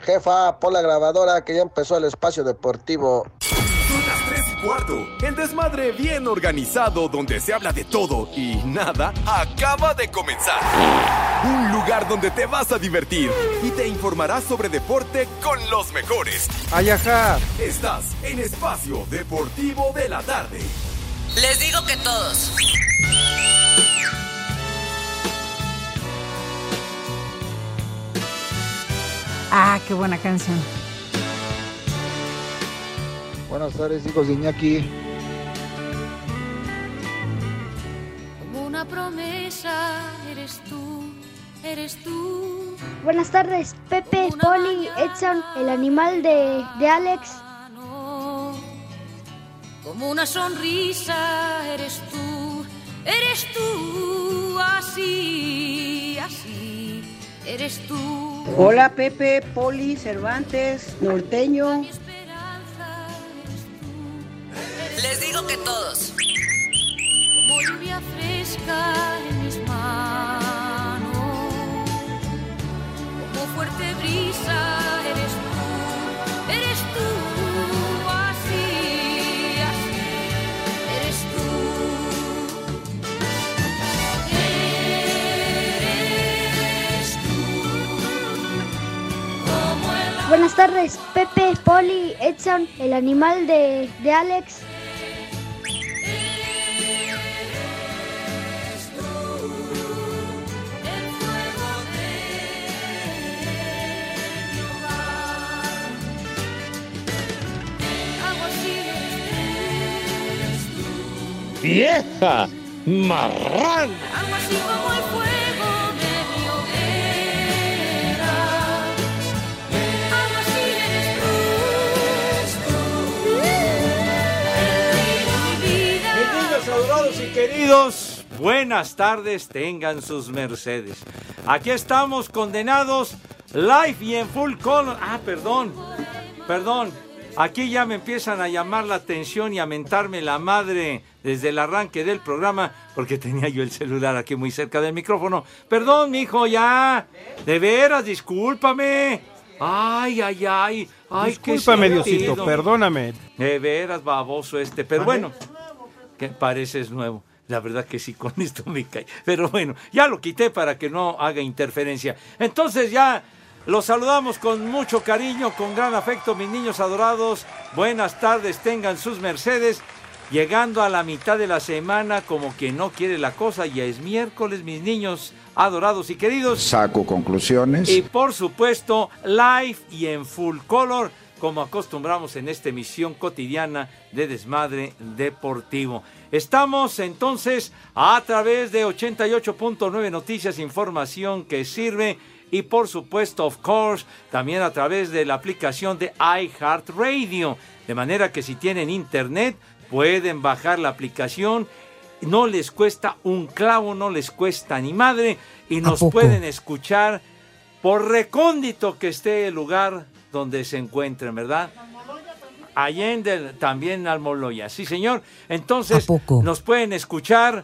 Jefa, pon la grabadora que ya empezó el espacio deportivo. Son las 3:15. El desmadre bien organizado donde se habla de todo y nada acaba de comenzar. Un lugar donde te vas a divertir y te informarás sobre deporte con los mejores. ¡Ay, ajá! Estás en Espacio Deportivo de la Tarde. Les digo que todos. Ah, qué buena canción. Buenas tardes, hijos de Iñaki. Como una promesa eres tú, eres tú. Buenas tardes, Pepe, Poli, Edson, el animal de Alex. Como una sonrisa eres tú, así, así, eres tú. Hola Pepe, Poli, Cervantes, Norteño. Les digo que todos. Como lluvia fresca en mis manos, como fuerte brisa eres tú, así, así, eres tú. Eres tú, como el... Buenas tardes, Pepe, Poli, Edson, el animal de Alex. ¡Vieja! ¡Marrán! Algo así como el fuego de mi hoguera. Algo así eres tú. Mi vida. Mis niños adorados y queridos, buenas tardes, tengan sus mercedes. Aquí estamos condenados, live y en full color. Ah, perdón. Aquí ya me empiezan a llamar la atención y a mentarme la madre desde el arranque del programa, porque tenía yo el celular aquí muy cerca del micrófono. Perdón, mijo, ya. De veras, discúlpame. Ay. Discúlpame, Diosito, perdóname. De veras, baboso pero bueno, que pareces nuevo. La verdad que sí, con esto me cae. Pero bueno, ya lo quité para que no haga interferencia. Entonces ya... los saludamos con mucho cariño, con gran afecto, mis niños adorados. Buenas tardes, tengan sus mercedes. Llegando a la mitad de la semana, como que no quiere la cosa, ya es miércoles, mis niños adorados y queridos. Saco conclusiones. Y por supuesto, live y en full color, como acostumbramos en esta emisión cotidiana de Desmadre Deportivo. Estamos entonces a través de 88.9 Noticias, información que sirve. Y por supuesto, of course, también a través de la aplicación de iHeartRadio. De manera que si tienen internet, pueden bajar la aplicación. No les cuesta un clavo, no les cuesta ni madre. Y nos pueden escuchar por recóndito que esté el lugar donde se encuentren, ¿verdad? Allende, también Almoloya. Sí, señor. Entonces, nos pueden escuchar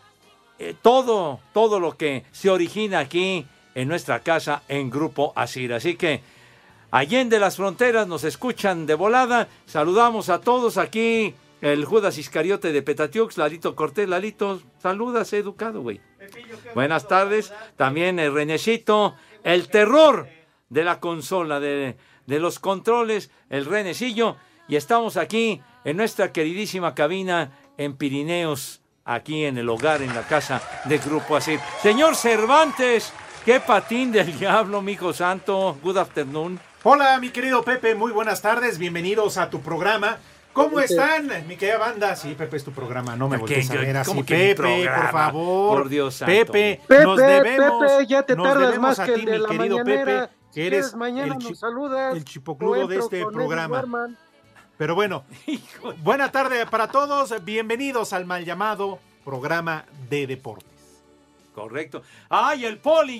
todo lo que se origina aquí en nuestra casa en Grupo Asir. Así que allende las fronteras nos escuchan de volada. Saludamos a todos aquí. El Judas Iscariote de Petatiux, Lalito Cortés. Lalito, saludas, educado, güey. Buenas tardes. También el Renecito, el terror de la consola, de los controles, el Renecillo. Y estamos aquí en nuestra queridísima cabina en Pirineos, aquí en el hogar, en la casa de Grupo Asir. Señor Cervantes, qué patín del diablo, mijo santo. Good afternoon. Hola, mi querido Pepe, muy buenas tardes. Bienvenidos a tu programa. ¿Cómo están, mi querida banda? Sí, Pepe, es tu programa. No me voltees a ver así, Pepe, por favor. Por Dios santo. Pepe, nos debemos. Pepe, ya te tardas más a que ti, el de mi la querido mañanera. Pepe, que eres Si mañana nos saludas. el chipocludo de este programa. Pero bueno, buena tarde para todos. Bienvenidos al mal llamado programa de deportes. Correcto. Ay, el Poli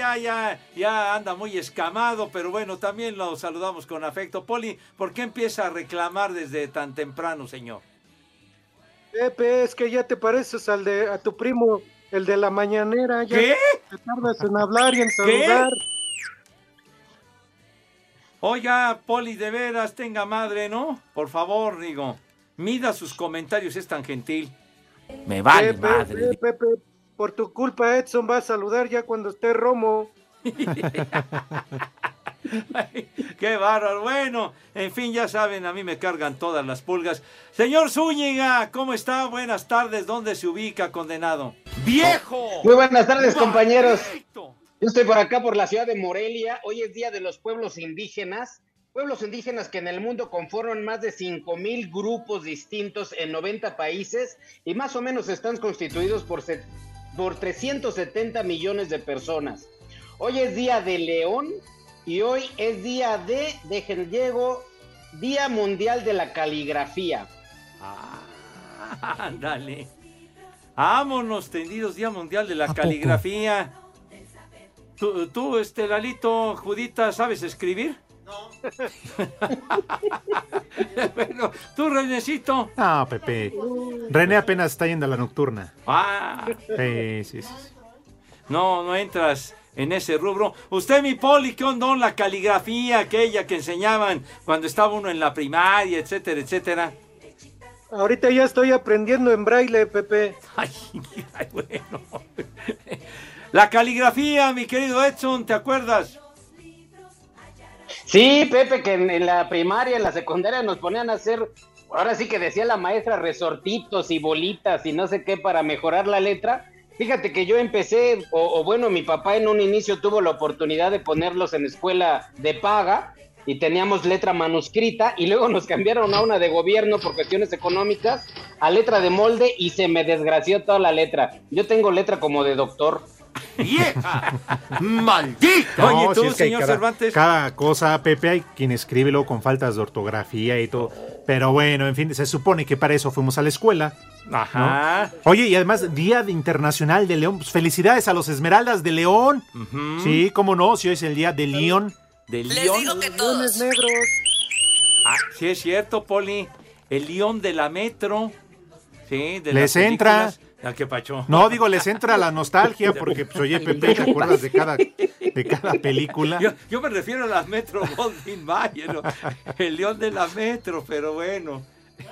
ya anda muy escamado, pero bueno, también lo saludamos con afecto. Poli, ¿por qué empieza a reclamar desde tan temprano, señor? Pepe, es que ya te pareces a tu primo, el de la mañanera. Ya ¿Qué? te tardas en hablar y en saludar. Oiga, Poli, de veras, tenga madre, ¿no? Por favor, digo, mida sus comentarios, es tan gentil. Me vale madre. Pepe, por tu culpa Edson va a saludar ya cuando esté Romo. Ay, qué bárbaro. Bueno, en fin, ya saben, a mí me cargan todas las pulgas. Señor Zúñiga, ¿cómo está? Buenas tardes. ¿Dónde se ubica, condenado? ¡Viejo! Muy buenas tardes, compañeros. Yo estoy por acá, por la ciudad de Morelia. Hoy es Día de los Pueblos Indígenas que en el mundo conforman más de 5,000 grupos distintos en 90 países y más o menos están constituidos por 370 millones de personas. Hoy es Día de León y hoy es Día de, Día Mundial de la Caligrafía. Ándale. Vámonos tendidos, Día Mundial de la Caligrafía. ¿Tú, Lalito, Judita, sabes escribir? No. Bueno, ¿tú, Renecito? No, Pepe. René apenas está yendo a la nocturna. Sí. No entras en ese rubro. Usted, mi Poli, ¿qué onda la caligrafía aquella que enseñaban cuando estaba uno en la primaria, etcétera, etcétera? Ahorita ya estoy aprendiendo en braille, Pepe. Ay, bueno. La caligrafía, mi querido Edson, ¿te acuerdas? Sí, Pepe, que en la primaria, en la secundaria nos ponían a hacer, ahora sí que decía la maestra, resortitos y bolitas y no sé qué para mejorar la letra. Fíjate que yo empecé, bueno, mi papá en un inicio tuvo la oportunidad de ponerlos en escuela de paga y teníamos letra manuscrita y luego nos cambiaron a una de gobierno por cuestiones económicas a letra de molde y se me desgració toda la letra. Yo tengo letra como de doctor. ¡Vieja! ¡Maldita! Oye, No, tú, si es que señor Cervantes. Cada cosa, Pepe, hay quien escribe luego con faltas de ortografía y todo. Pero bueno, en fin, se supone que para eso fuimos a la escuela. Ajá. ¿No? Oye, y además, Día Internacional de León. Pues felicidades a los Esmeraldas de León. Uh-huh. Sí, cómo no, si hoy es el Día de León. ¿De Les León? digo que todos. Negros. Sí es cierto, Poli. El León de la Metro. Sí, de Les las entra. ¿Qué pacho? No, digo, les entra la nostalgia porque, pues, oye, Pepe, ¿te acuerdas de cada película? Yo me refiero a la Metro Goldwyn Mayer, ¿no? El León de la Metro, pero bueno.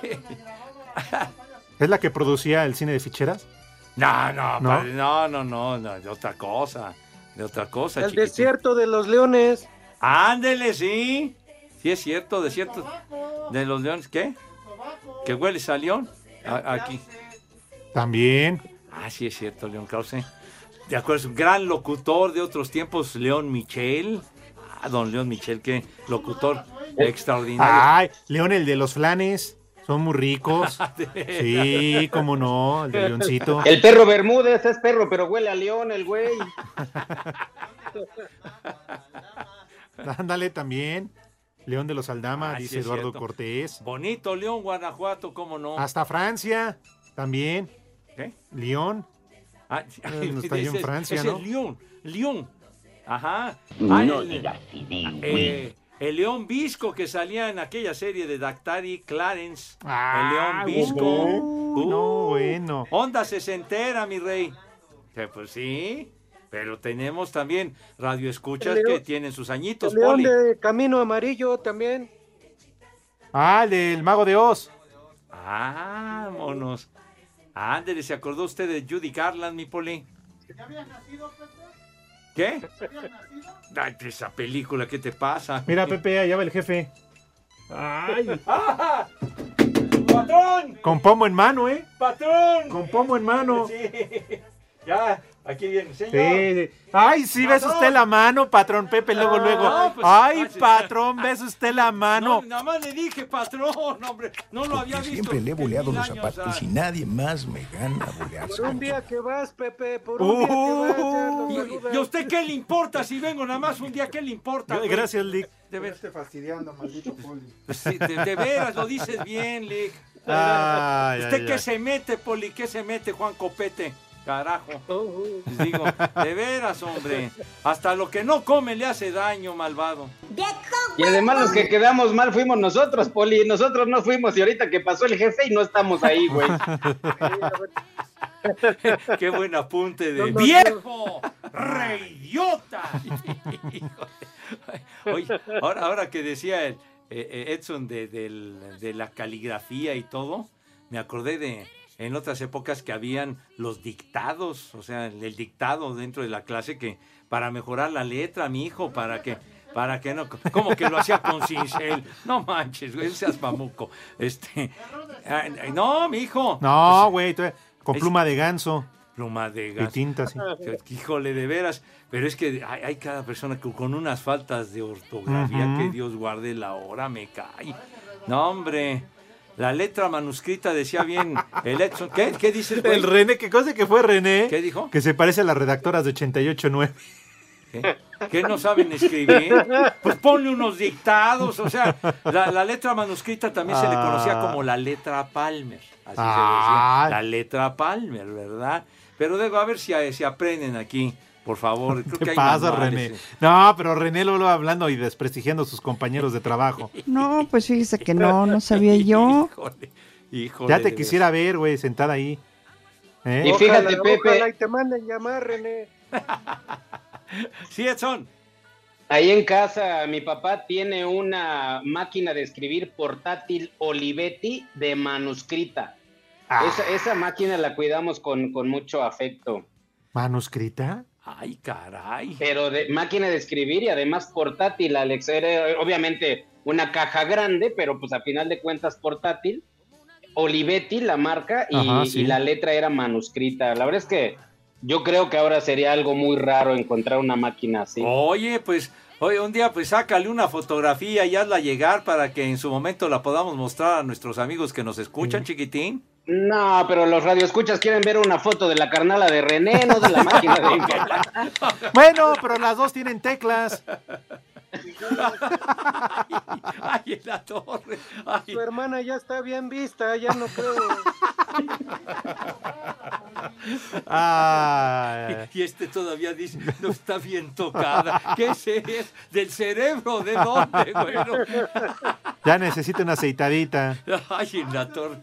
¿Es la que producía el cine de ficheras? No, padre, no, de otra cosa. El chiquitín. desierto de los leones. Ándele, sí. Sí es cierto, desierto de los leones. ¿Qué? ¿Que huele a león? Aquí. También. Sí es cierto, León Krause. De acuerdo, es un gran locutor de otros tiempos, León Michel. Don León Michel, qué locutor extraordinario. Ay, León, el de los flanes. Son muy ricos. Sí, cómo no, el de Leoncito. El perro Bermúdez es perro, pero huele a león el güey. Ándale también. León de los Aldama, Sí dice es Eduardo cierto. Cortés. Bonito León, Guanajuato, cómo no. Hasta Francia, también. ¿Qué? León. No está yo en Francia, ¿no? Es León. Ajá. El León Visco que salía en aquella serie de Dactari Clarence. El León Visco. No, bueno. Onda sesentera, mi rey. Pues sí, pero tenemos también radioescuchas que tienen sus añitos, El León Poli. de Camino Amarillo también. El del Mago de Oz. Vámonos. Ándele, ¿se acordó usted de Judy Garland, mi Poli? ¿Ya habías nacido, Pepe? ¿Qué? ¿Ya habías nacido? Ay, esa película, ¿qué te pasa? Mira, Pepe, allá va el jefe. ¡Patrón! Con pomo en mano, ¿eh? ¡Patrón! Con pomo en mano. Sí. Ya, aquí viene, señor. Sí. Ay, sí, ves usted la mano, patrón Pepe, luego. Pues, Ay, patrón, ves usted la mano. No, nada más le dije, patrón, hombre, no lo había visto. Siempre le he boleado los años, zapatos y nadie más me gana bolear. Por un día que vas, Pepe, por un día que vas. Ya los ¿Y a usted qué le importa si vengo nada más un día? ¿Qué le importa? Gracias, Lick. De ver esté fastidiando, maldito Poli. Sí, de veras, lo dices bien, Lick. ¿Usted qué se mete, Poli? ¿Qué se mete, Juan Copete? Carajo. Les digo, de veras, hombre. Hasta lo que no come le hace daño, malvado. Y además los que quedamos mal fuimos nosotros, Poli. Nosotros no fuimos y ahorita que pasó el jefe y no estamos ahí, güey. Qué buen apunte de viejo, reidiota. Oye, ahora que decía Edson de la caligrafía y todo, me acordé en otras épocas que habían los dictados, o sea, el dictado dentro de la clase que para mejorar la letra, mi hijo, para que no, como que lo hacía con cincel. No manches, güey, seas mamuco. No, mi hijo. No, güey, con pluma de ganso. Pluma de gas. Y tinta, sí. Híjole, de veras. Pero es que hay cada persona que con unas faltas de ortografía, que Dios guarde la hora, me cae. No, hombre. La letra manuscrita decía bien el Edson. ¿Qué dice el güey? El René, ¿qué cosa que fue René? ¿Qué dijo? Que se parece a las redactoras de 88.9. ¿Qué no saben escribir? Pues ponle unos dictados. O sea, la letra manuscrita también se le conocía como la letra Palmer. Así se decía. La letra Palmer, ¿verdad? Pero a ver si aprenden aquí, por favor. Creo que hay pasa, manuales. René? No, pero René lo hablando y desprestigiando a sus compañeros de trabajo. No, pues fíjese que no sabía yo. Híjole, ya te quisiera ver, güey, sentada ahí. Y fíjate, Pepe. Ojalá y te manden llamar, René. Sí, Edson. Ahí en casa mi papá tiene una máquina de escribir portátil Olivetti de manuscrita. Esa máquina la cuidamos con mucho afecto. ¿Manuscrita? Ay, caray. Pero de máquina de escribir y además portátil, Alex. Era obviamente una caja grande, pero pues a final de cuentas portátil. Olivetti, la marca, y la letra era manuscrita. La verdad es que yo creo que ahora sería algo muy raro encontrar una máquina así. Oye, pues, un día pues sácale una fotografía y hazla llegar para que en su momento la podamos mostrar a nuestros amigos que nos escuchan, chiquitín. No, pero los radioescuchas quieren ver una foto de la carnala de René, no de la máquina de mi papá. Bueno, pero las dos tienen teclas. Ay, en la torre. Ay. Tu hermana ya está bien vista, ya no creo. Y todavía dice, no está bien tocada. ¿Qué es? ¿Del cerebro? ¿De dónde, güero? Ya necesita una aceitadita. Ay, en la torre.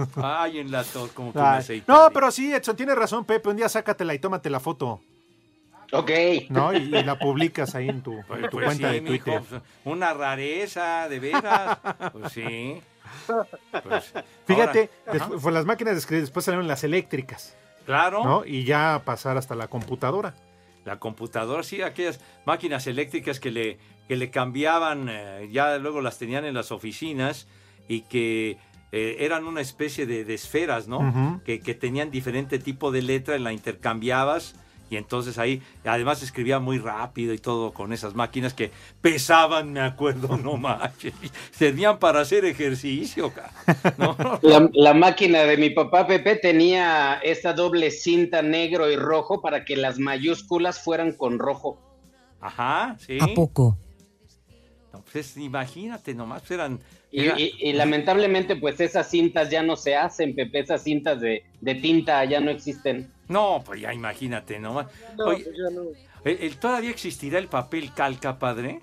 Como que una aceitadita. No, pero sí, Edson, tienes razón, Pepe. Un día sácatela y tómate la foto. Ok. ¿No? Y la publicas ahí en tu cuenta de Twitter. Mijo, una rareza, de veras. Pues sí. Pues, fíjate, después, las máquinas de escribir, después salieron las eléctricas. Claro. ¿No? Y ya pasar hasta la computadora. La computadora, sí, aquellas máquinas eléctricas que le cambiaban, ya luego las tenían en las oficinas y que eran una especie de esferas, ¿no? Uh-huh. Que tenían diferente tipo de letra, la intercambiabas. Y entonces ahí, además escribía muy rápido y todo con esas máquinas que pesaban, me acuerdo, no manches. Servían para hacer ejercicio. ¿No? La máquina de mi papá, Pepe, tenía esta doble cinta negro y rojo para que las mayúsculas fueran con rojo. Ajá, sí. ¿A poco? No, pues imagínate, nomás eran... Y lamentablemente, pues esas cintas ya no se hacen, Pepe, esas cintas de tinta ya no existen. No, pues ya imagínate nomás. No, Oye, pues ya no. ¿todavía existirá el papel calca, padre?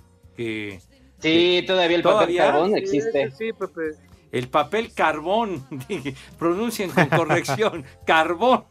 Sí, todavía el papel carbón existe. Sí, Pepe. El papel carbón, pronuncien con corrección, carbón.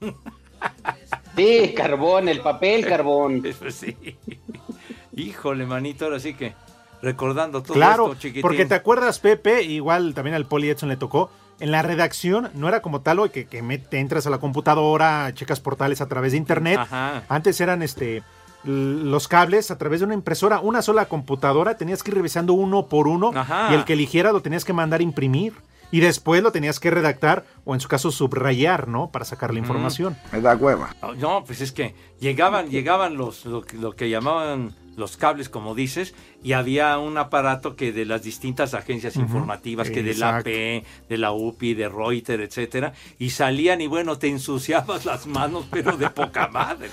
Sí, carbón, el papel carbón. Eso sí. Híjole, manito, ahora sí que recordando todo claro, esto, chiquitín. Porque te acuerdas, Pepe, igual también al Poli Edson le tocó, en la redacción no era como tal, que te entras a la computadora, checas portales a través de internet. Ajá. Antes eran los cables a través de una impresora, una sola computadora, tenías que ir revisando uno por uno. Ajá. Y el que eligiera lo tenías que mandar a imprimir. Y después lo tenías que redactar o en su caso subrayar, ¿no? Para sacar la información. Me da hueva. No, pues es que llegaban lo que llamaban los cables, como dices, y había un aparato que de las distintas agencias informativas, que de la AP, de la UPI, de Reuters, etcétera, y salían y bueno, te ensuciabas las manos, pero de poca madre.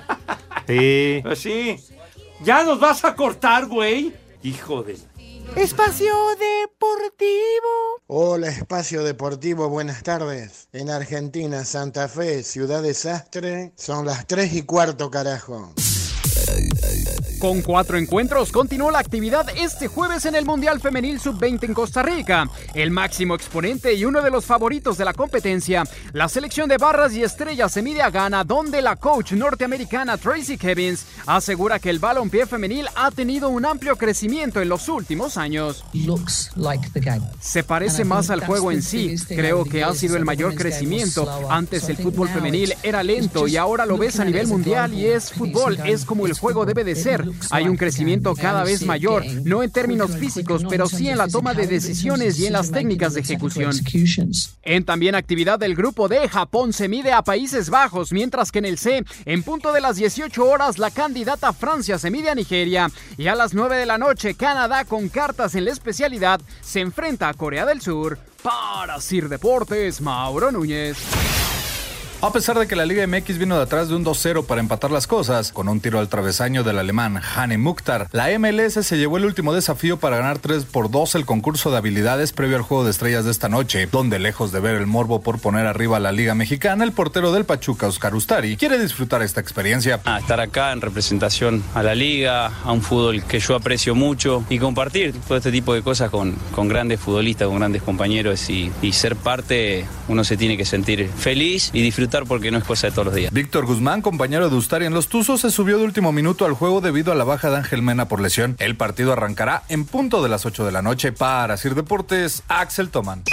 Sí. Pues sí. ¿Ya nos vas a cortar, güey? Hijo de... Espacio Deportivo. Hola, Espacio Deportivo, buenas tardes. En Argentina, Santa Fe, ciudad desastre, son las 3:15, carajo. Con 4 encuentros continuó la actividad este jueves en el Mundial Femenil Sub-20 en Costa Rica. El máximo exponente y uno de los favoritos de la competencia, la selección de barras y estrellas se mide a Ghana, donde la coach norteamericana Tracy Kevins asegura que el balompié femenil ha tenido un amplio crecimiento en los últimos años. Se parece más al juego en sí. Creo que ha sido el mayor crecimiento. Antes el fútbol femenil era lento y ahora lo ves a nivel mundial y es fútbol, es como el juego debe de ser. Hay un crecimiento cada vez mayor, no en términos físicos, pero sí en la toma de decisiones y en las técnicas de ejecución. En también actividad del grupo D, Japón se mide a Países Bajos, mientras que en el C, en punto de las 18 horas, la candidata Francia se mide a Nigeria y a las 9 de la noche, Canadá, con cartas en la especialidad, se enfrenta a Corea del Sur. Para Sir Deportes, Mauro Núñez. A pesar de que la Liga MX vino de atrás de un 2-0 para empatar las cosas, con un tiro al travesaño del alemán Hane Mukhtar, la MLS se llevó el último desafío para ganar 3-2 el concurso de habilidades previo al Juego de Estrellas de esta noche, donde lejos de ver el morbo por poner arriba a la Liga Mexicana, el portero del Pachuca, Oscar Ustari, quiere disfrutar esta experiencia. Estar acá en representación a la Liga, a un fútbol que yo aprecio mucho y compartir todo este tipo de cosas con grandes futbolistas, con grandes compañeros y ser parte, uno se tiene que sentir feliz y disfrutar porque no es cosa de todos los días. Víctor Guzmán, compañero de Ustari en los Tuzos, se subió de último minuto al juego debido a la baja de Ángel Mena por lesión. El partido arrancará en punto de las 8 de la noche. Para Sir Deportes, Axel Toman.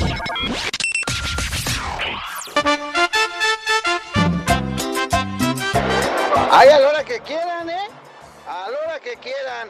Ay, a la hora que quieran, a la hora que quieran.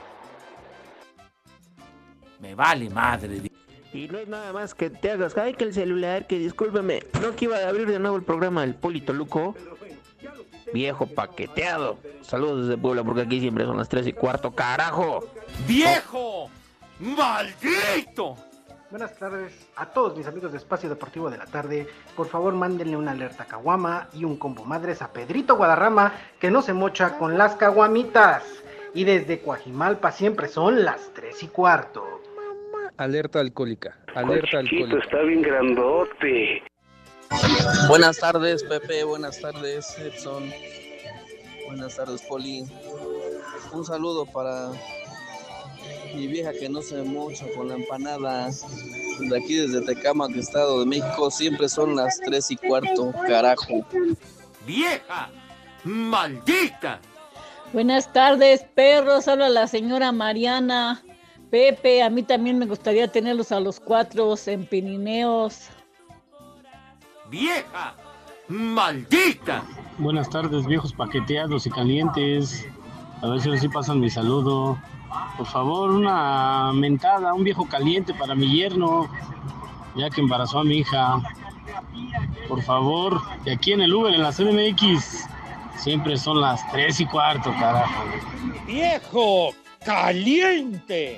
Me vale madre. Y no es nada más que te hagas, ay, que el celular, que discúlpeme, no que iba a abrir de nuevo el programa del Polito Luco. Viejo paqueteado. Saludos desde Puebla, porque aquí siempre son las 3:15, carajo. ¡Viejo! ¡Maldito! Buenas tardes a todos mis amigos de Espacio Deportivo de la Tarde. Por favor, mándenle una alerta caguama y un combo madres a Pedrito Guadarrama, que no se mocha con las caguamitas. Y desde Coajimalpa siempre son las 3:15. Alerta alcohólica, alerta alcohólica. Está bien grandote. Buenas tardes, Pepe, buenas tardes, Edson. Buenas tardes, Poli. Un saludo para mi vieja que no se mocha con la empanada. De aquí desde Tecámac, Estado de México, siempre son las 3:15, carajo. ¡Vieja! ¡Maldita! Buenas tardes, perros. Habla la señora Mariana. Pepe, a mí también me gustaría tenerlos a los 4 en Pirineos. ¡Vieja! ¡Maldita! Buenas tardes, viejos paqueteados y calientes. A ver si así pasan mi saludo. Por favor, una mentada, un viejo caliente para mi yerno, ya que embarazó a mi hija. Por favor, y aquí en el Uber, en la CDMX, siempre son las 3:15, carajo. ¡Viejo caliente!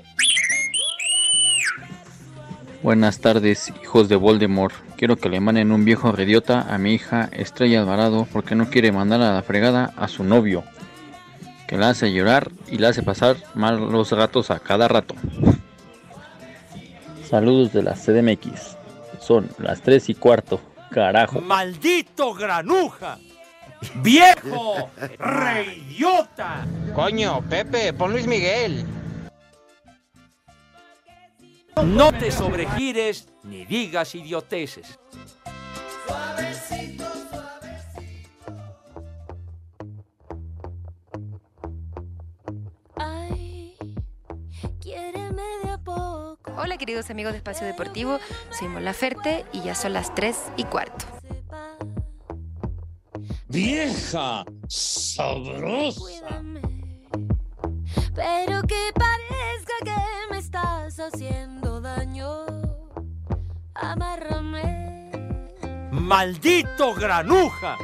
Buenas tardes, hijos de Voldemort. Quiero que le manden un viejo rediota a mi hija Estrella Alvarado porque no quiere mandar a la fregada a su novio, que la hace llorar y la hace pasar mal los ratos a cada rato. Saludos de la CDMX. Son las 3:15, carajo. ¡Maldito granuja! ¡Viejo reidiota! Coño, Pepe, pon Luis Miguel. No te sobregires ni digas idioteces. Suavecito, suavecito. Ay, quiéreme de a poco. Hola queridos amigos de Espacio Deportivo, soy Mon Laferte y ya son las 3:15. ¡Vieja sabrosa! Cuídame, pero que parezca que me estás haciendo daño. Amárrame. ¡Maldito granuja!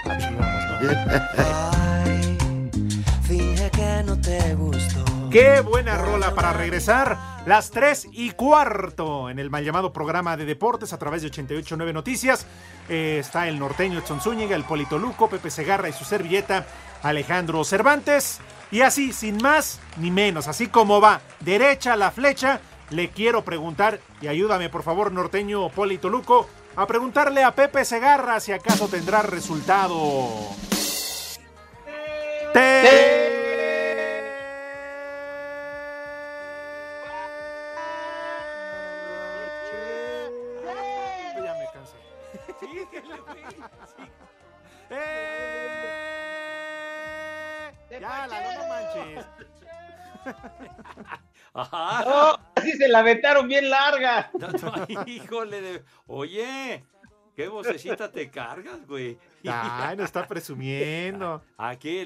Ay, finge que no te gustó. Qué buena rola para regresar. Las 3:15 en el mal llamado programa de deportes a través de 88.9 Noticias. Está el norteño Edson Zúñiga, el Polito Luco, Pepe Segarra y su servilleta Alejandro Cervantes. Y así, sin más ni menos, así como va derecha la flecha, le quiero preguntar, y ayúdame por favor, norteño Polito Luco, a preguntarle a Pepe Segarra si acaso tendrá resultado. Síguele, güey. Ya, no manches. Ajá. No, así se la aventaron bien larga. Híjole, oye, qué vocecita te cargas, güey. Ay, no está presumiendo. Aquí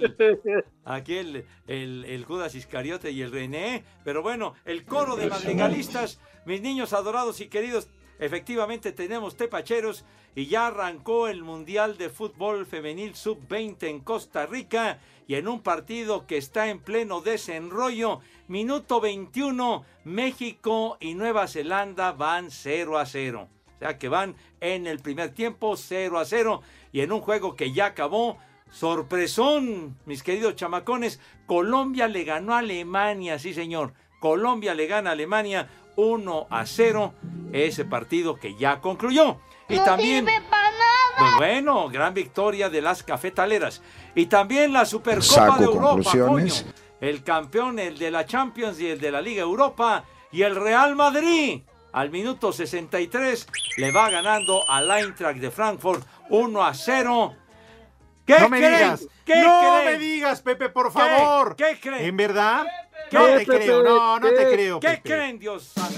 el Judas Iscariote y el René. Pero bueno, el coro de madrigalistas, mis niños adorados y queridos, efectivamente tenemos tepacheros y ya arrancó el Mundial de Fútbol Femenil Sub-20 en Costa Rica y en un partido que está en pleno desenrollo, minuto 21, México y Nueva Zelanda van 0-0. O sea que van en el primer tiempo 0-0 y en un juego que ya acabó, sorpresón, mis queridos chamacones, Colombia le ganó a Alemania, sí señor, Colombia le gana a Alemania 1-0, ese partido que ya concluyó. Y ¡No también, sirve para nada! pues bueno, gran victoria de las cafetaleras. Y también la Supercopa Saco de Europa, conclusiones. coño. El campeón, el de la Champions y el de la Liga Europa. Y el Real Madrid, al minuto 63, le va ganando al Eintracht de Frankfurt 1-0. ¿Qué no me creen? digas, ¿Qué no creen? me digas, Pepe, por favor. ¿Qué creen? ¿En verdad? ¿Qué, No te Pepe? creo, no te creo, ¿Qué Pepe. creen, Dios santo?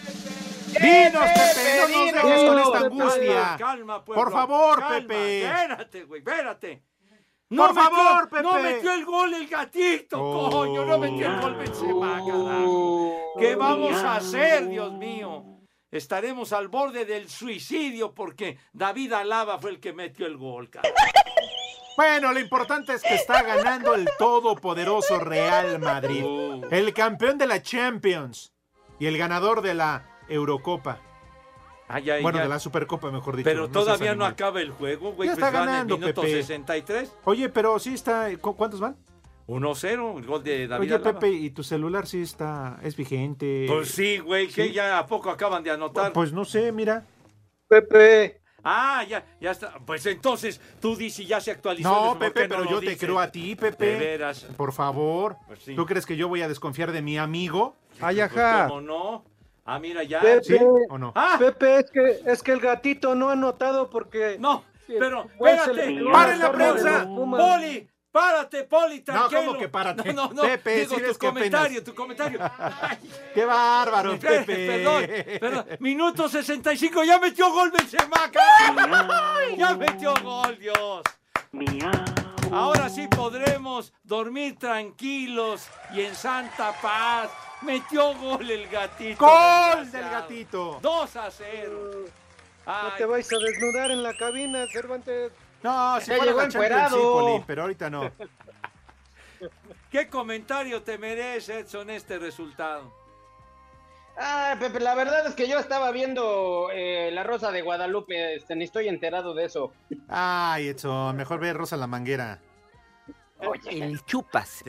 Dinos, Pepe, no nos dejes con esta angustia. Calma, pueblo. Por favor, Calma. Pepe. Espérate, güey, espérate. Por favor, Pepe. No metió el gol el gatito, coño. No metió el gol Benzema, carajo. ¿Qué vamos a hacer, Dios mío? Estaremos al borde del suicidio porque David Alaba fue el que metió el gol, carajo. Bueno, lo importante es que está ganando el todopoderoso Real Madrid. El campeón de la Champions y el ganador de la Eurocopa. Bueno, de la Supercopa, mejor dicho. Pero todavía seas no animal. acaba el juego, güey. Ya Pues está van ganando, en el minuto Pepe. 63. Oye, pero sí está... ¿Cuántos van? 1-0, el gol de David Oye, Alaba. Pepe, ¿y tu celular sí es vigente? Pues sí, güey, que ¿Sí? ya a poco acaban de anotar. Pues no sé, mira. Pepe. Ah, ya está. Pues entonces tú dices ya se actualizó. No, ¿por qué Pepe, no pero lo yo te dices? creo a ti, Pepe. De veras. Por favor. Pues sí. ¿Tú crees que yo voy a desconfiar de mi amigo? Pues, ¿cómo no? Ah, mira, ya. Pepe, ¿Sí o no? Ah, Pepe, es que el gatito no ha notado porque... no, pero Pues espérate. ¡Paren la prensa! Poli, párate, Poli, tranquilo. No, ¿cómo que párate? No, Pepe, digo, ¿sí ves tu qué comentario, tu comentario. Ay, ¡Qué bárbaro, Pepe! Perdón. Minuto 65, ya metió gol Benzema, carajo. Ya metió gol, Dios. Ahora sí podremos dormir tranquilos y en santa paz. Metió gol el gatito. ¡Gol del gatito! 2-0. No te vais a desnudar en la cabina, Cervantes. No, si Ya fuera llegó la Champions, encuerado. sí, Poli, pero ahorita no. ¿Qué comentario te merece, Edson, este resultado? Ah, Pepe, la verdad es que yo estaba viendo La Rosa de Guadalupe, ni estoy enterado de eso. Ay, Edson, mejor ve Rosa la Manguera. El chupas.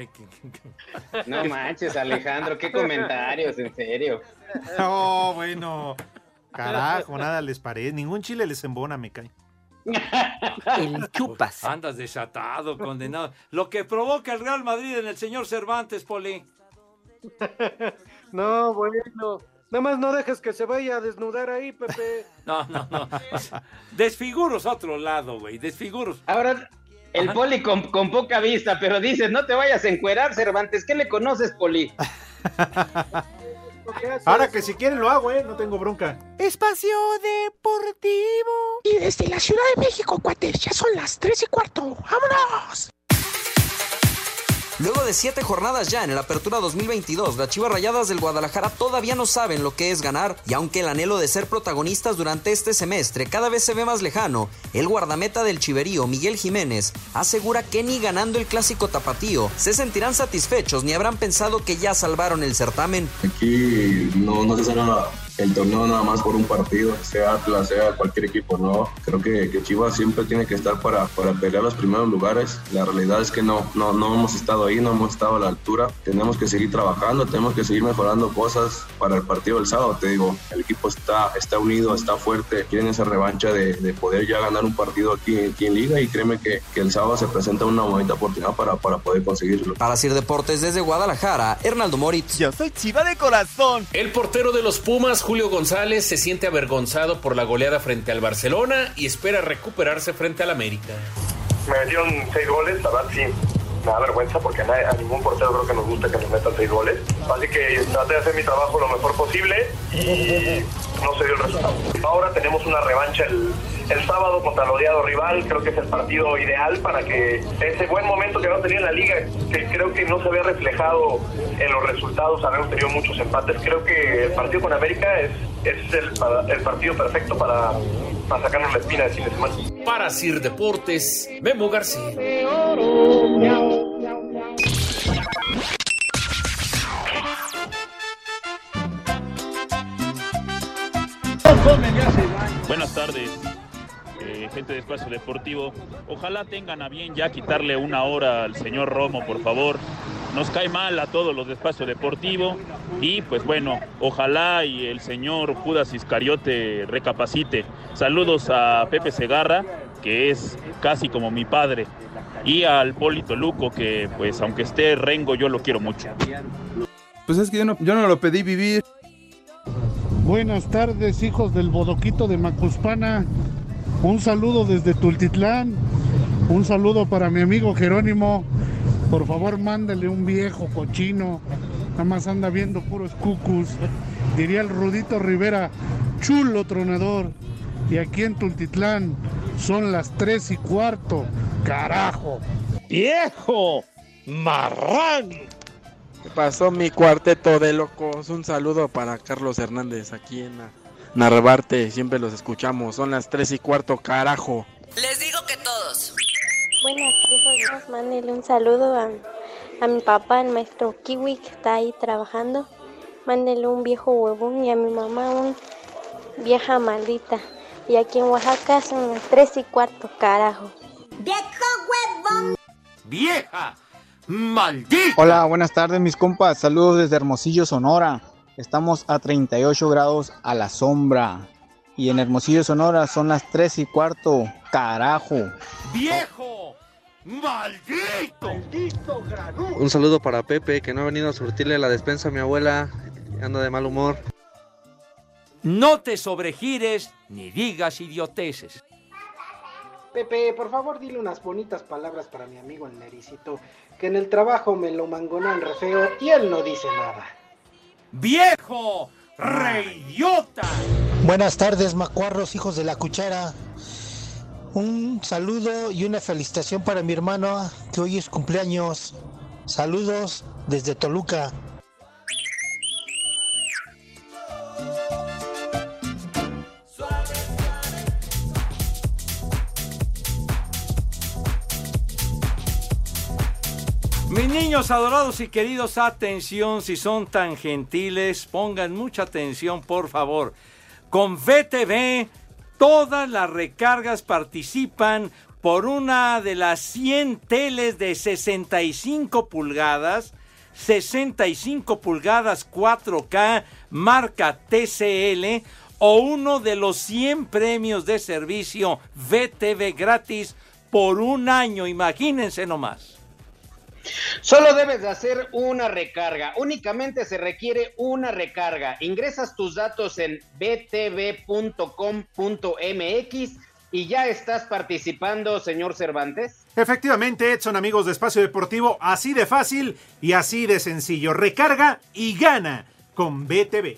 No manches, Alejandro, qué comentarios, en serio. No, bueno. Carajo, nada les parece. Ningún chile les embona, me cae. El chupas. Andas desatado, condenado. Lo que provoca el Real Madrid en el señor Cervantes, Poli. No, bueno. Nada más no dejes que se vaya a desnudar ahí, Pepe. No. O sea, desfiguros a otro lado, güey. Desfiguros. Ahora, el Poli con poca vista, pero dices, no te vayas a encuerar, Cervantes. ¿Qué le conoces, Poli? Ahora que si quieren lo hago, no tengo bronca. Espacio Deportivo. Y desde la Ciudad de México, cuates, ya son las 3:15. ¡Vámonos! Luego de 7 jornadas ya en el Apertura 2022, las Chivas Rayadas del Guadalajara todavía no saben lo que es ganar, y aunque el anhelo de ser protagonistas durante este semestre cada vez se ve más lejano, el guardameta del Chiverío, Miguel Jiménez, asegura que ni ganando el clásico tapatío se sentirán satisfechos ni habrán pensado que ya salvaron el certamen. Aquí no se salva el torneo nada más por un partido, sea Atlas, sea cualquier equipo, ¿no? Creo que Chivas siempre tiene que estar para pelear los primeros lugares. La realidad es que no hemos estado ahí, no hemos estado a la altura. Tenemos que seguir trabajando, tenemos que seguir mejorando cosas para el partido del sábado. Te digo, el equipo está unido, está fuerte, quieren esa revancha de poder ya ganar un partido aquí en Liga, y créeme que el sábado se presenta una bonita oportunidad para poder conseguirlo. Para Sir Deportes desde Guadalajara, Hernaldo Moritz. Yo soy Chiva de corazón. El portero de los Pumas, Julio González se siente avergonzado por la goleada frente al Barcelona y espera recuperarse frente al América. Me metieron 6 goles, la verdad sí, me da vergüenza porque a ningún portero creo que nos gusta que nos metan 6 goles. Así que traté de hacer mi trabajo lo mejor posible y no se dio el resultado. Ahora tenemos una revancha el sábado contra el odiado rival. Creo que es el partido ideal para que ese buen momento que habíamos tenido en la liga, que creo que no se había reflejado en los resultados, habíamos tenido muchos empates. Creo que el partido con América es el partido perfecto para sacarnos la espina del fin de semana. Para Sir Deportes, Memo García. Buenas tardes, gente de Espacio Deportivo. Ojalá tengan a bien ya quitarle 1 hora al señor Romo, por favor. Nos cae mal a todos los de Espacio Deportivo y pues bueno, ojalá y el señor Judas Iscariote recapacite. Saludos a Pepe Segarra, que es casi como mi padre, y al Polito Luco, que pues aunque esté rengo, yo lo quiero mucho. Pues es que yo no lo pedí vivir. Buenas tardes, hijos del Bodoquito de Macuspana. Un saludo desde Tultitlán. Un saludo para mi amigo Jerónimo. Por favor, mándale un viejo cochino. Nada más anda viendo puros cucus. Diría el Rudito Rivera, chulo tronador. Y aquí en Tultitlán son las 3:15. ¡Carajo! ¡Viejo marrano! ¿Qué pasó, mi cuarteto de locos? Un saludo para Carlos Hernández aquí en Narvarte. Siempre los escuchamos. Son las 3:15, carajo. Les digo que todos. Buenas hijos, mándenle un saludo a mi papá, el maestro Kiwi, que está ahí trabajando. Mándenle un viejo huevón y a mi mamá un vieja maldita. Y aquí en Oaxaca son las 3:15, carajo. ¡Viejo huevón! ¡Vieja maldita! Hola, buenas tardes mis compas, saludos desde Hermosillo, Sonora. Estamos a 38 grados a la sombra. Y en Hermosillo, Sonora son las 3:15, carajo. ¡Viejo maldito! ¡Maldito granudo! Un saludo para Pepe, que no ha venido a surtirle la despensa a mi abuela. Anda de mal humor. No te sobregires ni digas idioteces. Pepe, por favor dile unas bonitas palabras para mi amigo el Nericito, que en el trabajo me lo mangonan re feo y él no dice nada. ¡Viejo reidiota! Buenas tardes, macuarros, hijos de la cuchara. Un saludo y una felicitación para mi hermano, que hoy es cumpleaños. Saludos desde Toluca. Mis niños adorados y queridos, atención, si son tan gentiles, pongan mucha atención, por favor. Con VTV, todas las recargas participan por una de las 100 teles de 65 pulgadas, 65 pulgadas 4K, marca TCL, o uno de los 100 premios de servicio VTV gratis por un año, imagínense nomás. Solo debes de hacer una recarga, únicamente se requiere una recarga. Ingresas tus datos en btv.com.mx y ya estás participando, señor Cervantes. Efectivamente, Edson, amigos de Espacio Deportivo, así de fácil y así de sencillo. Recarga y gana con BTV.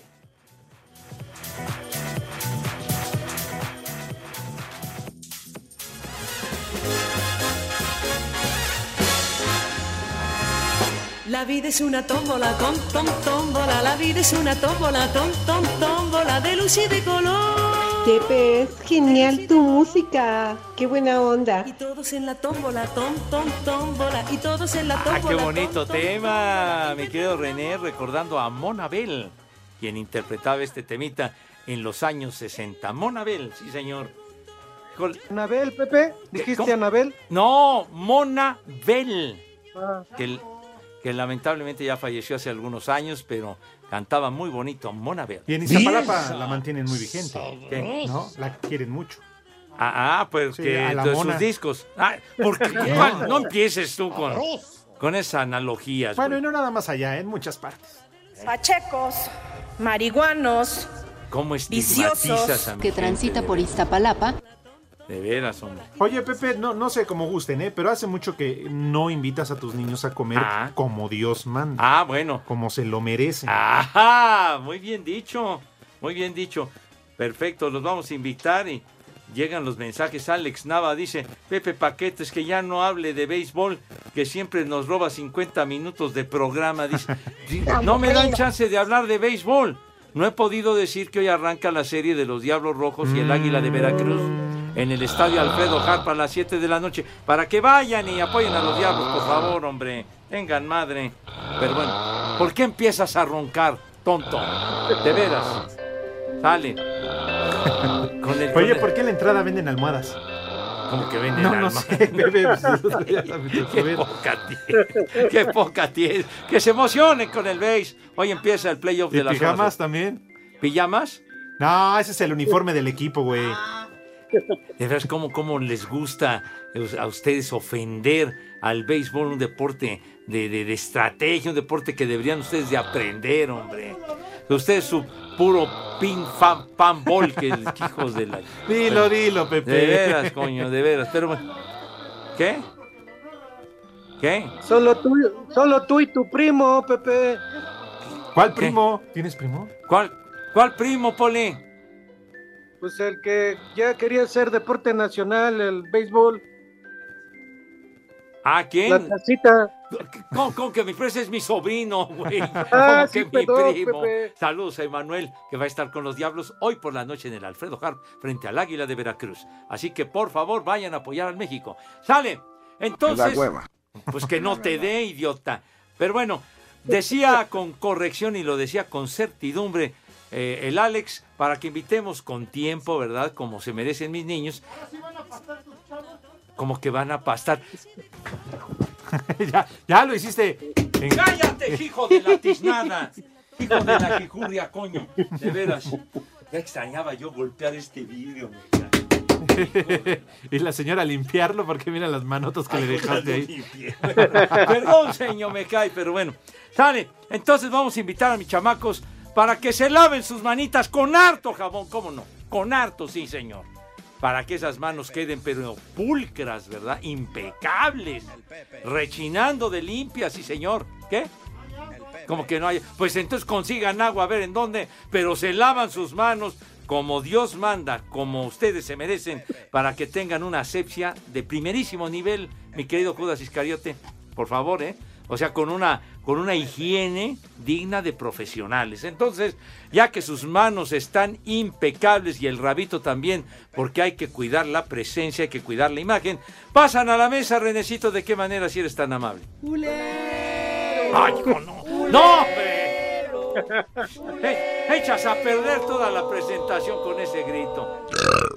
La vida es una tómbola, tómbola. La vida es una tómbola, tómbola de luz y de color. Pepe, es genial tu música. Qué buena onda. Y todos en la tómbola, tómbola. Y todos en la tómbola. ¡Ah, qué bonito tema! Mi querido René, recordando a Mona Bell, quien interpretaba este temita en los años 60. Mona Bell, sí, señor. ¿Anabel, Pepe? ¿Dijiste ¿Cómo? Anabel? No, Mona Bell. Ah. Que lamentablemente ya falleció hace algunos años, pero cantaba muy bonito, Mona Bell. Y en Iztapalapa la mantienen muy vigente. ¿Qué? ¿No? La quieren mucho. Pues sí, que a la de Mona. sus discos. Porque no empieces tú con esas analogías. Bueno, y no nada más allá, en muchas partes. Pachecos, marihuanos, ¿Cómo estigmatizas a mi que gente, transita de por veras? Iztapalapa. De veras, hombre. Oye, Pepe, no sé cómo gusten, pero hace mucho que no invitas a tus niños a comer como Dios manda. Bueno. Como se lo merecen. Ajá, muy bien dicho. Muy bien dicho. Perfecto, los vamos a invitar y llegan los mensajes. Alex Nava dice, Pepe Paquetes, que ya no hable de béisbol, que siempre nos roba 50 minutos de programa. Dice, no me dan chance de hablar de béisbol. No he podido decir que hoy arranca la serie de los Diablos Rojos y el Águila de Veracruz en el estadio Alfredo Harp a las 7 de la noche. Para que vayan y apoyen a los Diablos, por favor, hombre. Tengan madre. Pero bueno, ¿por qué empiezas a roncar, tonto? De veras. Sale. Oye, ¿por qué en la entrada venden almohadas? ¿Cómo que venden almohadas? No sé, bebé. Qué poca tienes. Que se emocionen con el béis. Hoy empieza el playoff de las pijamas también? ¿Pijamas? No, ese es el uniforme del equipo, güey. De veras, ¿cómo les gusta a ustedes ofender al béisbol? Un deporte de estrategia, un deporte que deberían ustedes de aprender, hombre. Ustedes su puro pan bol, que hijos de la... Dilo, Pepe. De veras, coño, de veras. Pero bueno, ¿qué? Solo tú y tu primo, Pepe. ¿Cuál primo? ¿Tienes primo? ¿Cuál primo, Poli? Pues el que ya quería ser deporte nacional, el béisbol. ¿Quién? La tacita. ¿Cómo que mi primo es mi sobrino, güey? Sí, mi perdón, primo. Pepe. Saludos a Emanuel, que va a estar con los Diablos hoy por la noche en el Alfredo Harp frente al Águila de Veracruz. Así que, por favor, vayan a apoyar al México. ¡Sale! Entonces, pues que no te dé, idiota. Pero bueno, decía con corrección y lo decía con certidumbre el Alex, para que invitemos con tiempo, ¿verdad? Como se merecen mis niños. Como que van a pastar. ya lo hiciste. ¡Cállate, hijo de la tiznada! Hijo de la jijurria, coño. De veras. Ya extrañaba yo golpear este vidrio, Y la señora limpiarlo porque mira las manotas que le dejaste ahí. Perdón, señor, me cae, pero bueno. Sale, entonces vamos a invitar a mis chamacos para que se laven sus manitas con harto jabón, ¿cómo no? Con harto, sí, señor. Para que esas manos queden pero pulcras, ¿verdad? Impecables. Rechinando de limpias, sí, señor. ¿Qué? Como que no hay. Pues entonces consigan agua, a ver en dónde, pero se lavan sus manos como Dios manda, como ustedes se merecen, para que tengan una asepsia de primerísimo nivel, mi querido Judas Iscariote. Por favor, O sea, con una higiene digna de profesionales. Entonces, ya que sus manos están impecables y el rabito también, porque hay que cuidar la presencia, hay que cuidar la imagen, pasan a la mesa, Renecito. ¿De qué manera si eres tan amable? ¡Ay, hijo, no! ¡No, hombre! Echas a perder toda la presentación con ese grito.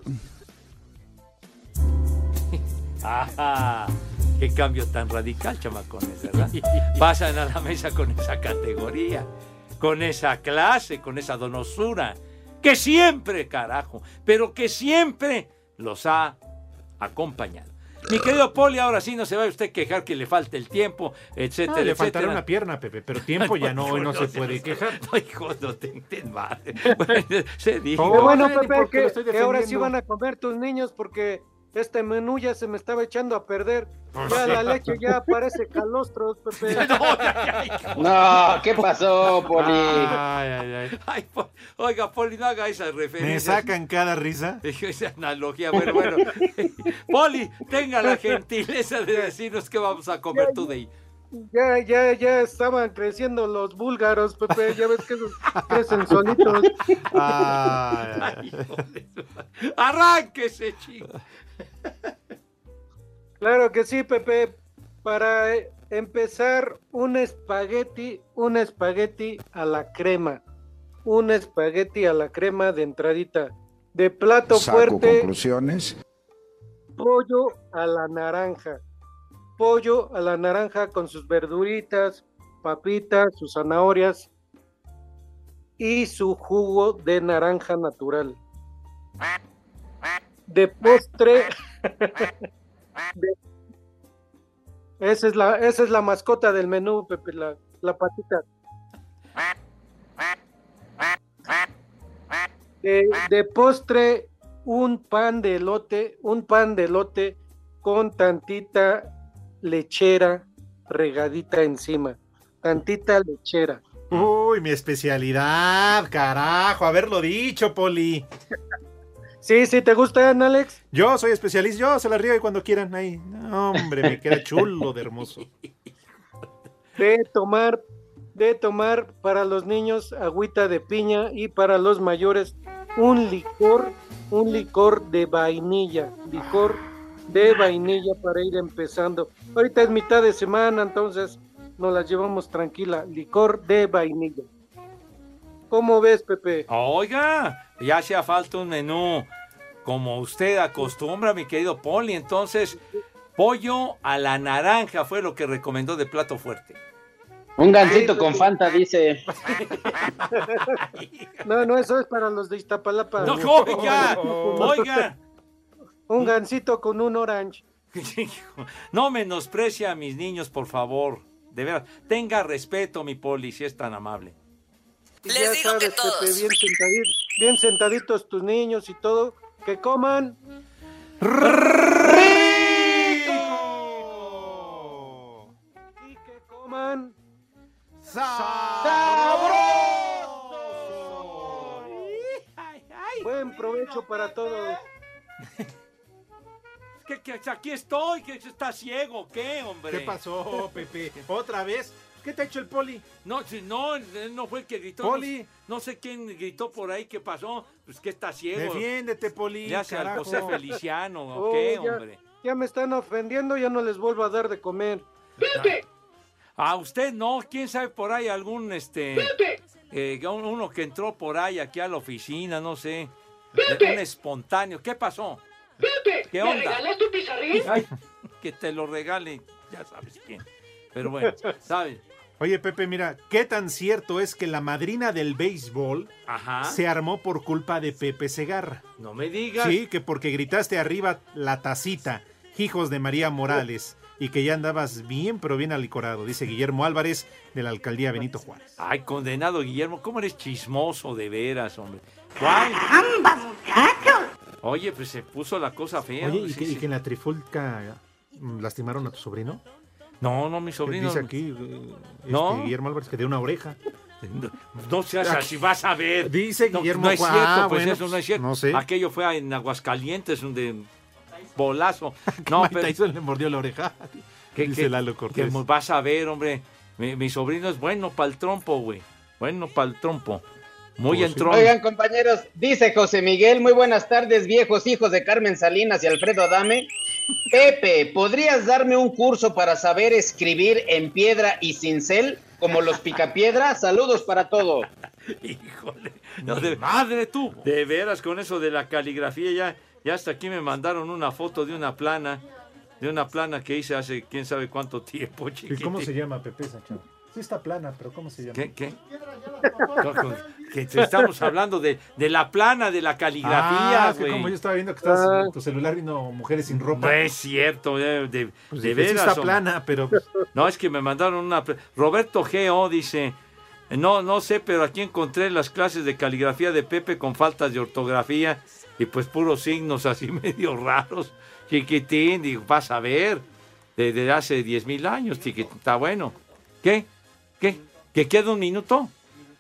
¡Ajá! Qué cambio tan radical, chamacones, ¿verdad? Pasan a la mesa con esa categoría, con esa clase, con esa donosura, que siempre, carajo, pero que siempre los ha acompañado. Mi querido Poli, ahora sí no se va a usted quejar que le falte el tiempo, etcétera, le etcétera. faltará una pierna, Pepe, pero tiempo ya no, hoy no se puede quejar. No, hijo, no te madre. Bueno, se dijo. Qué bueno, Pepe, que ahora sí van a comer tus niños porque este menú ya se me estaba echando a perder. Ya la leche ya parece calostros, Pepe. No, ¿qué pasó, Poli? Ay, oiga, Poli, no haga esas referencias. Me sacan cada risa. Esa analogía, bueno. Poli, tenga la gentileza de decirnos qué vamos a comer today. Ya estaban creciendo los búlgaros, Pepe. Ya ves que esos crecen solitos. Arránquese, chico. Claro que sí, Pepe. Para empezar, un espagueti a la crema. Un espagueti a la crema de entradita. De plato fuerte. Conclusiones. Pollo a la naranja. Pollo a la naranja con sus verduritas, papitas, sus zanahorias y su jugo de naranja natural. De postre, esa es la mascota del menú, Pepe, la patita. De postre, un pan de elote con tantita lechera regadita encima. Tantita lechera. Uy, mi especialidad, carajo, haberlo dicho, Poli. Sí, ¿te gustan, Alex? Yo soy especialista, yo se la río cuando quieran ahí. No, hombre, me queda chulo de hermoso. De tomar para los niños agüita de piña y para los mayores un licor de vainilla, para ir empezando. Ahorita es mitad de semana, entonces nos la llevamos tranquila, licor de vainilla. ¿Cómo ves, Pepe? Oiga, ya hacía falta un menú como usted acostumbra, mi querido Poli. Entonces, pollo a la naranja fue lo que recomendó de plato fuerte. Un gansito con Fanta, dice. No, eso es para los de Iztapalapa. No, oiga. Un gansito con un orange. No menosprecia a mis niños, por favor. De veras, tenga respeto, mi Poli, si es tan amable. Les digo sabes, que todos. Pepe, bien sentaditos tus niños y todo, que coman rico y que coman sabroso. Buen provecho para todos. Que aquí estoy, que está ciego, ¿qué, hombre? ¿Qué pasó, Pepe? ¿Otra vez? ¿Qué te ha hecho el Poli? No fue el que gritó. Poli. No sé quién gritó por ahí, ¿qué pasó? Pues que está ciego. Defiéndete, Poli. Ya sea el José Feliciano, ¿o qué, hombre? Ya me están ofendiendo, ya no les vuelvo a dar de comer. ¡Pepe! A usted no, quién sabe por ahí algún uno que entró por ahí aquí a la oficina, no sé. ¡Pepe! Un espontáneo. ¿Qué pasó? ¡Pepe! ¿Qué onda? ¿Me regalas tu pizarrín? Ay, que te lo regale, ya sabes quién. Pero bueno, ¿sabes? Oye, Pepe, mira, ¿qué tan cierto es que la madrina del béisbol se armó por culpa de Pepe Segarra? No me digas. Sí, que porque gritaste arriba la tacita, hijos de María Morales, y que ya andabas bien, pero bien alicorado, dice Guillermo Álvarez, de la alcaldía Benito Juárez. Ay, condenado Guillermo, ¿cómo eres chismoso de veras, hombre? ¿Cuál? ¡Caramba, muchachos! Oye, pues se puso la cosa fea. Oye, ¿y que en la trifulca lastimaron a tu sobrino? No, mi sobrino. Dice aquí Guillermo Álvarez que de una oreja. No seas así, vas a ver. Dice Guillermo. No es cierto, pues bueno, eso no es cierto. No sé. Aquello fue en Aguascalientes, donde bolazo. No, pero Tyson le mordió la oreja. Dice Lalo Cortés. Que vas a ver, hombre. Mi sobrino es bueno para el trompo, güey. Bueno para el trompo. Muy entrón. Oigan, compañeros, dice José Miguel, muy buenas tardes, viejos hijos de Carmen Salinas y Alfredo Adame. Pepe, ¿podrías darme un curso para saber escribir en piedra y cincel, como los picapiedras? Saludos para todos. Híjole, madre tú. De veras, con eso de la caligrafía, ya hasta aquí me mandaron una foto de una plana que hice hace quién sabe cuánto tiempo, chiquitín. ¿Y cómo se llama, Pepe, esa chava? Sí está plana, pero ¿cómo se llama? ¿Qué? Que estamos hablando de la plana, de la caligrafía, es que como yo estaba viendo que estás en tu celular viendo mujeres sin ropa. No es cierto, de veras. Sí está plana, pero... No, es que me mandaron una... Roberto G.O. dice, no sé, pero aquí encontré las clases de caligrafía de Pepe con faltas de ortografía y pues puros signos así medio raros, chiquitín, digo, vas a ver, desde hace 10,000 años, chiquitín, está bueno. ¿Qué? ¿Que queda un minuto?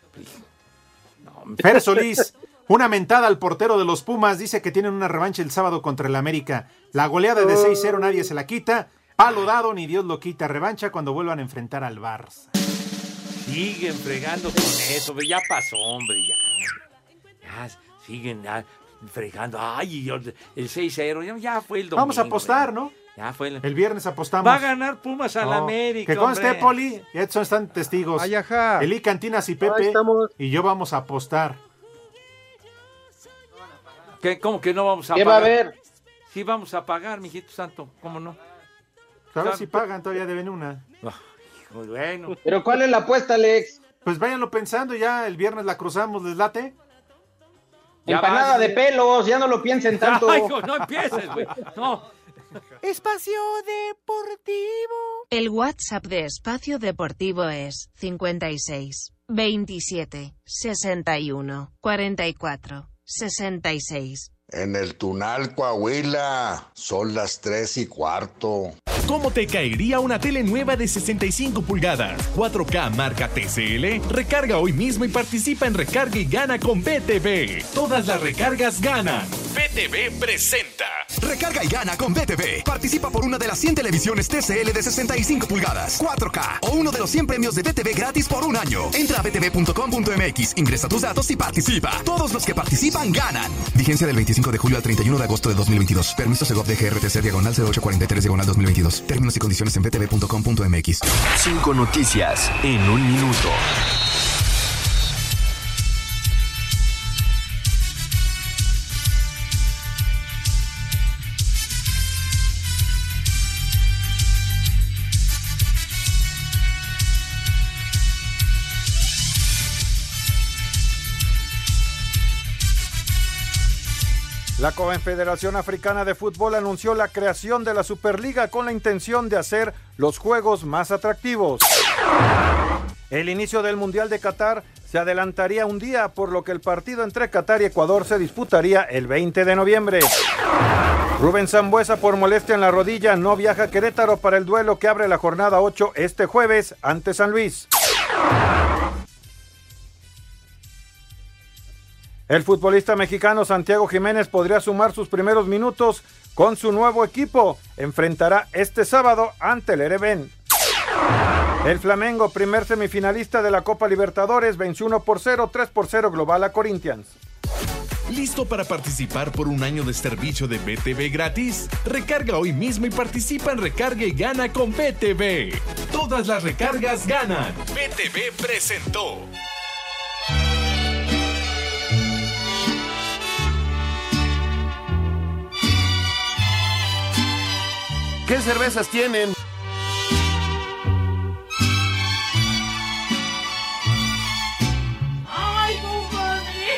Fer Solís, una mentada al portero de los Pumas, dice que tienen una revancha el sábado contra el América. La goleada de 6-0 nadie se la quita, palo dado ni Dios lo quita, revancha cuando vuelvan a enfrentar al Barça. Siguen fregando con eso, ya pasó, hombre, ya siguen fregando, ay, el 6-0, ya fue el domingo. Vamos a apostar, ¿no? Ya fue el viernes apostamos. Va a ganar Pumas al América. Que conste, hombre. Poli, Edson están testigos. Ay, ajá. Eli Cantinas y Pepe y yo vamos a apostar. ¿Cómo que no vamos a pagar? ¿Qué va a haber? Sí vamos a pagar, mijito santo, ¿cómo no? A ver si pagan, todavía deben una. Bueno. ¿Pero cuál es la apuesta, Alex? Pues váyanlo pensando, ya el viernes la cruzamos, ¿les late? Empanada de pelos, ya no lo piensen tanto. Ay, no empieces, güey. No. Espacio Deportivo. El WhatsApp de Espacio Deportivo es 56 27 61 44 66. En el Tunal, Coahuila, son las 3:15. ¿Cómo te caería una tele nueva de 65 pulgadas? 4K marca TCL. Recarga hoy mismo y participa en Recarga y Gana con BTV. Todas las recargas ganan. BTV presenta. Recarga y gana con BTV. Participa por una de las 100 televisiones TCL de 65 pulgadas, 4K o uno de los 100 premios de BTV gratis por un año. Entra a btv.com.mx, ingresa tus datos y participa. Todos los que participan ganan. Vigencia del 25 de julio al 31 de agosto de 2022. Permiso Segov DGRTC /0843/2022. Términos y condiciones en btv.com.mx. 5 noticias en un minuto. La Confederación Africana de Fútbol anunció la creación de la Superliga con la intención de hacer los juegos más atractivos. El inicio del Mundial de Qatar se adelantaría un día, por lo que el partido entre Qatar y Ecuador se disputaría el 20 de noviembre. Rubén Sambueza, por molestia en la rodilla, no viaja a Querétaro para el duelo que abre la jornada 8 este jueves ante San Luis. El futbolista mexicano Santiago Jiménez podría sumar sus primeros minutos con su nuevo equipo. Enfrentará este sábado ante el Erevén. El Flamengo, primer semifinalista de la Copa Libertadores, venció 1-0, 3-0 global a Corinthians. ¿Listo para participar por un año de servicio de BTV gratis? Recarga hoy mismo y participa en Recarga y Gana con BTV. Todas las recargas ganan. BTV presentó. ¿Qué cervezas tienen? ¡Ay, compadre!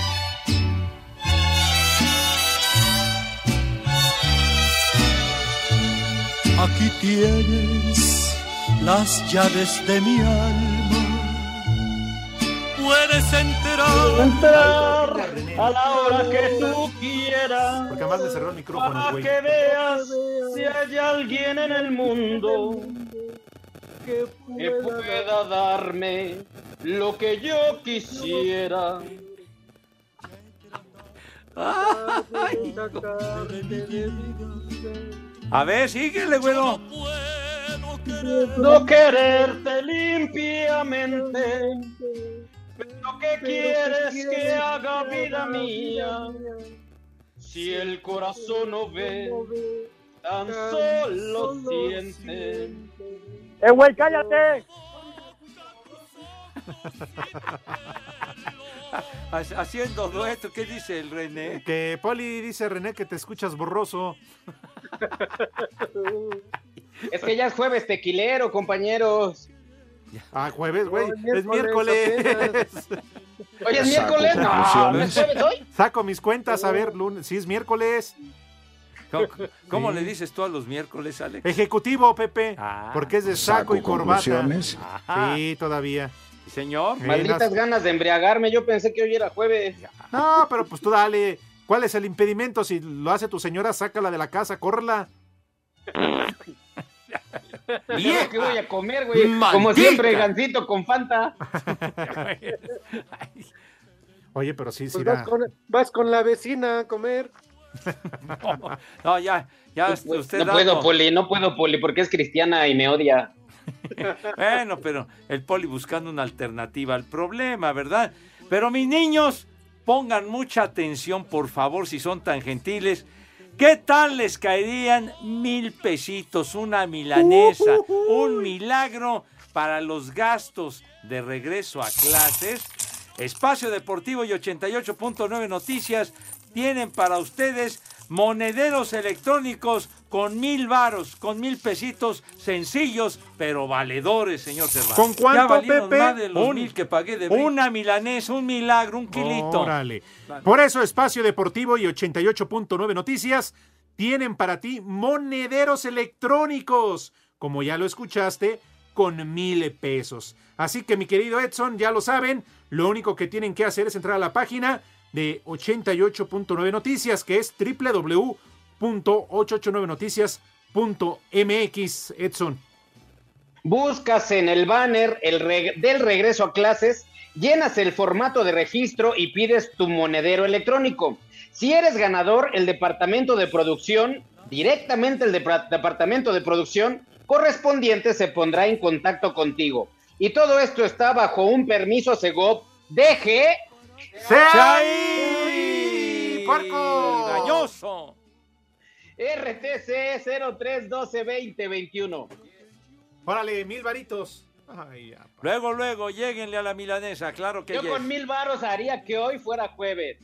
Aquí tienes las llaves de mi alma. Puedes entrar a la hora que tú quieras. Porque además le cerró el micrófono, para güey. que veas si hay alguien en el mundo que pueda darme lo que yo quisiera. Ay, a ver, síguele, güero. No quererte limpiamente, pero ¿qué quieres que haga, vida mía? Si el corazón no ve, tan solo siente. Güey, cállate! Haciendo dueto, ¿qué dice el René? Que Poli dice, René, que te escuchas borroso. Es que ya es jueves tequilero, compañeros. Ah, jueves, güey. Es miércoles. Oye, ¿es miércoles? No, ¿no es jueves hoy? Saco mis cuentas, a ver, lunes. Sí, es miércoles. ¿Cómo le dices tú a los miércoles, Alex? Ejecutivo, Pepe. Porque es de saco y corbata. Ajá. Sí, todavía. Señor. Malditas ganas de embriagarme. Yo pensé que hoy era jueves. No, pero pues tú dale. ¿Cuál es el impedimento? Si lo hace tu señora, sácala de la casa, córrela. ¿Y qué voy a comer, güey? Como siempre, gansito con Fanta. Oye, pero sí, Pues da. vas con la vecina a comer. No, ya usted No puedo, Poli, porque es cristiana y me odia. Bueno, pero el Poli buscando una alternativa al problema, ¿verdad? Pero mis niños, pongan mucha atención, por favor, si son tan gentiles. ¿Qué tal les caerían 1,000 pesitos, una milanesa, un milagro para los gastos de regreso a clases? Espacio Deportivo y 88.9 Noticias tienen para ustedes monederos electrónicos con 1,000 varos, con 1,000 pesitos sencillos, pero valedores, señor Cervantes. ¿Con cuánto, ya valieron Pepe? Más de los 1,000 que pagué de una milanesa, un milagro, un kilito. Órale. Por eso Espacio Deportivo y 88.9 Noticias tienen para ti monederos electrónicos, como ya lo escuchaste, con 1,000 pesos. Así que, mi querido Edson, ya lo saben, lo único que tienen que hacer es entrar a la página de 88.9 Noticias, que es www.889noticias.mx. Edson. Buscas en el banner del regreso a clases, llenas el formato de registro y pides tu monedero electrónico. Si eres ganador, el departamento de producción, directamente el departamento de producción correspondiente se pondrá en contacto contigo. Y todo esto está bajo un permiso Segov DG. ¡Sí! ¡Puerco! ¡Engañoso! RTC 03122021. Órale, 1,000 varitos. Ay, ya, Luego, lléguenle a la milanesa, claro que yo con 1,000 varos haría que hoy fuera jueves.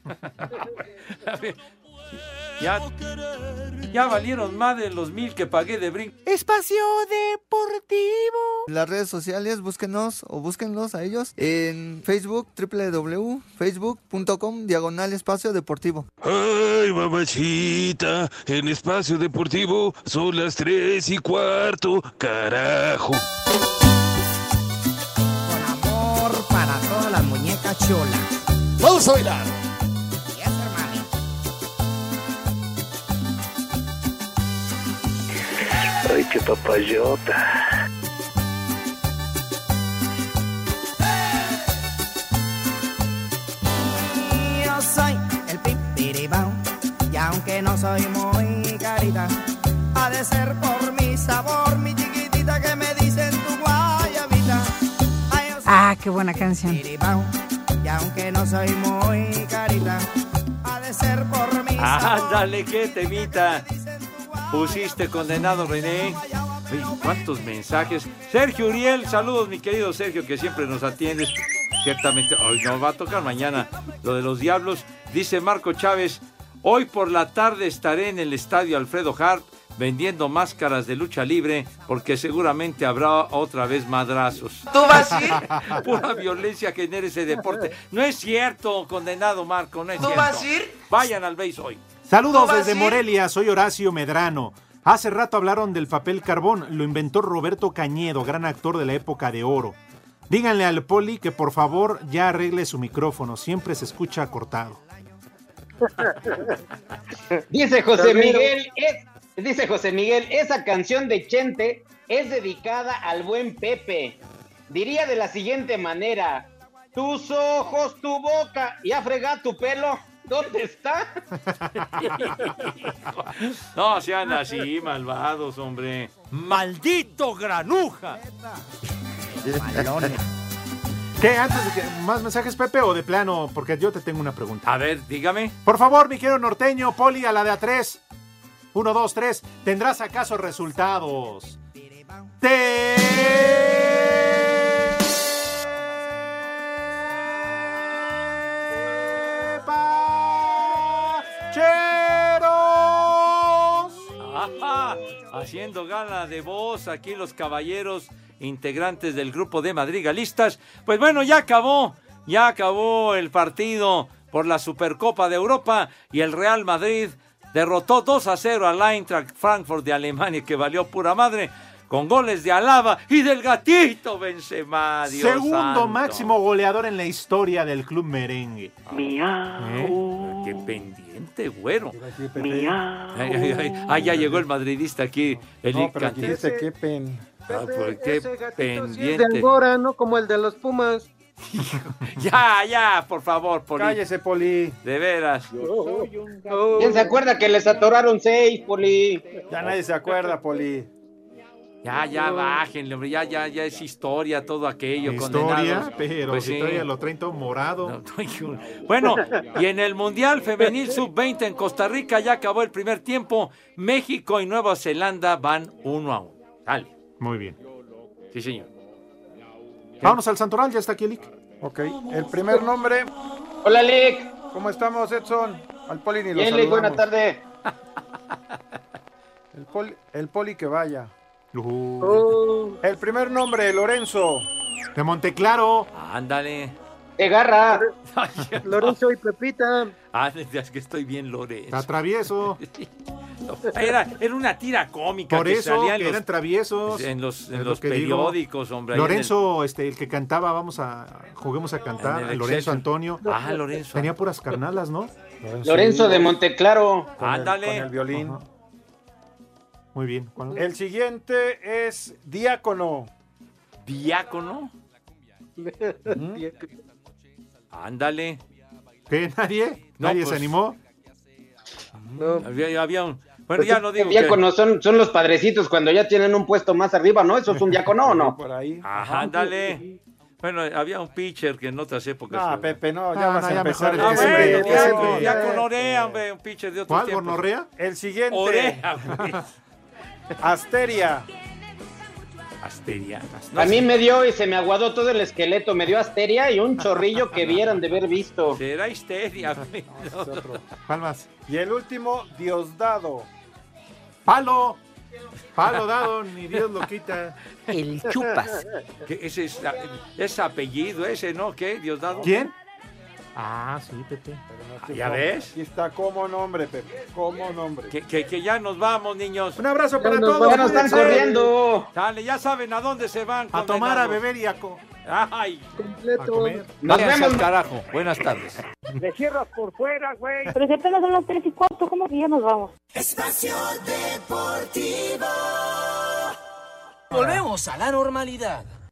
Ya valieron más de los 1,000 que pagué de brinco. Espacio Deportivo. Las redes sociales, búsquenlos o búsquenlos a ellos en Facebook, www.facebook.com/Espacio Deportivo. Ay, mamachita, en Espacio Deportivo son las 3:15, carajo. Con amor para todas las muñecas cholas. Vamos a bailar. Ay, qué papayota. Yo soy el pipiribao, y aunque no soy muy carita, ha de ser por mi sabor, mi chiquitita, que me dicen tu guayabita. Ah, qué buena canción. Pipiribao, y aunque no soy muy carita, ha de ser por mi sabor. Ándale, qué temita pusiste, condenado René. Ay, cuántos mensajes. Sergio Uriel, saludos mi querido Sergio, que siempre nos atiendes. Ciertamente, hoy nos va a tocar mañana lo de los Diablos. Dice Marco Chávez, hoy por la tarde estaré en el estadio Alfredo Harp vendiendo máscaras de lucha libre porque seguramente habrá otra vez madrazos. ¿Tú vas a ir? Pura violencia genera ese deporte. No es cierto, condenado Marco, no es cierto. ¿Tú vas a ir? Vayan al béis hoy. Saludos desde Morelia, soy Horacio Medrano. Hace rato hablaron del papel carbón, lo inventó Roberto Cañedo, gran actor de la época de oro. Díganle al Poli que por favor ya arregle su micrófono, siempre se escucha cortado. Dice José Miguel, esa canción de Chente es dedicada al buen Pepe. Diría de la siguiente manera: tus ojos, tu boca y a fregar tu pelo. ¿Dónde está? No sean así, malvados, hombre. ¡Maldito granuja! ¿Qué? Antes de que más mensajes, Pepe, o de plano, porque yo te tengo una pregunta. A ver, dígame. Por favor, mi querido norteño, Poli, a la de A3. 1, 2, 3. ¿Tendrás acaso resultados? Ajá, haciendo gala de voz aquí los caballeros integrantes del grupo de madrigalistas. Pues bueno, ya acabó el partido por la Supercopa de Europa y el Real Madrid derrotó 2-0 al Eintracht Frankfurt de Alemania, que valió pura madre, con goles de Alaba y del gatito Benzema. Dios Segundo santo. máximo goleador en la historia del club merengue. Miau. Qué pendiente, güero. Miau. Ya llegó el madridista aquí. No, pero aquí dice qué pen. Qué pendiente. del Gora, ¿no? Como el de los Pumas. Ya, por favor, Poli. Cállese, Poli. De veras. ¿Quién se acuerda que les atoraron 6, Poli? Ya nadie se acuerda, Poli. Ya, bájenle, hombre, ya es historia todo aquello. Historia, condenados. pero Pues si sí. todavía lo traen todo morado. Bueno, y en el Mundial Femenil Sub-20 en Costa Rica ya acabó el primer tiempo. México y Nueva Zelanda van 1-1. Dale. Muy bien. Sí, señor. Vámonos al Santoral, ya está aquí el Lick. Ok, el primer nombre. Hola, Lick. ¿Cómo estamos, Edson? Al Poli ni lo Bien, saludamos. Lick, buena tarde. El Poli que vaya. El primer nombre, Lorenzo. De Monteclaro. Ándale. De Garra. Lorenzo y Pepita. Es que estoy bien, Lorenzo. Te atravieso. Era una tira cómica. Por que eso, salía que eran traviesos. En los que periódicos, digo. hombre. Lorenzo, el que cantaba, juguemos a cantar, Lorenzo Antonio. Lorenzo. Tenía puras carnalas, ¿no? Lorenzo de Monteclaro. Ándale. Con el violín. Ajá. Muy bien. ¿Cuál? El siguiente es Diácono. ¿Diácono? Ándale. ¿Qué? ¿Nadie? No, ¿Nadie pues, se animó? No. Había un... Bueno, ya no digo diáconos son los padrecitos cuando ya tienen un puesto más arriba, ¿no? ¿Eso es un diácono o no? Por ahí. Ajá, ándale. Bueno, había un pitcher que en otras épocas... No, Pepe, no, ya vas a empezar. Bueno, ya con Orea, hombre, un pitcher de otros ¿Cuál, tiempos. gonorrea? El siguiente. Orea, güey. Asteria. Asteria. A mí me dio y se me aguadó todo el esqueleto, me dio asteria y un chorrillo que vieran de haber visto. Será histeria, güey. ¿Cuál más? Y el último, Diosdado. ¡Palo! Palo dado, ni Dios lo quita. El Chupas. Ese es apellido ese, ¿no? ¿Qué? Diosdado. ¿Quién? Ah, sí, Pepe. ¿Ya ves? Aquí está como nombre, Pepe. Como nombre. Que ya nos vamos, niños. Un abrazo para todos. Ya nos están corriendo. Dale, ya saben a dónde se van. A tomar, a beber y a Ay, completo. a comer. Nos váyanse vemos. al carajo. Buenas tardes. Le cierras por fuera, güey. Pero si apenas son las 3:15, ¿cómo que ya nos vamos? Espacio Deportivo. Volvemos a la normalidad.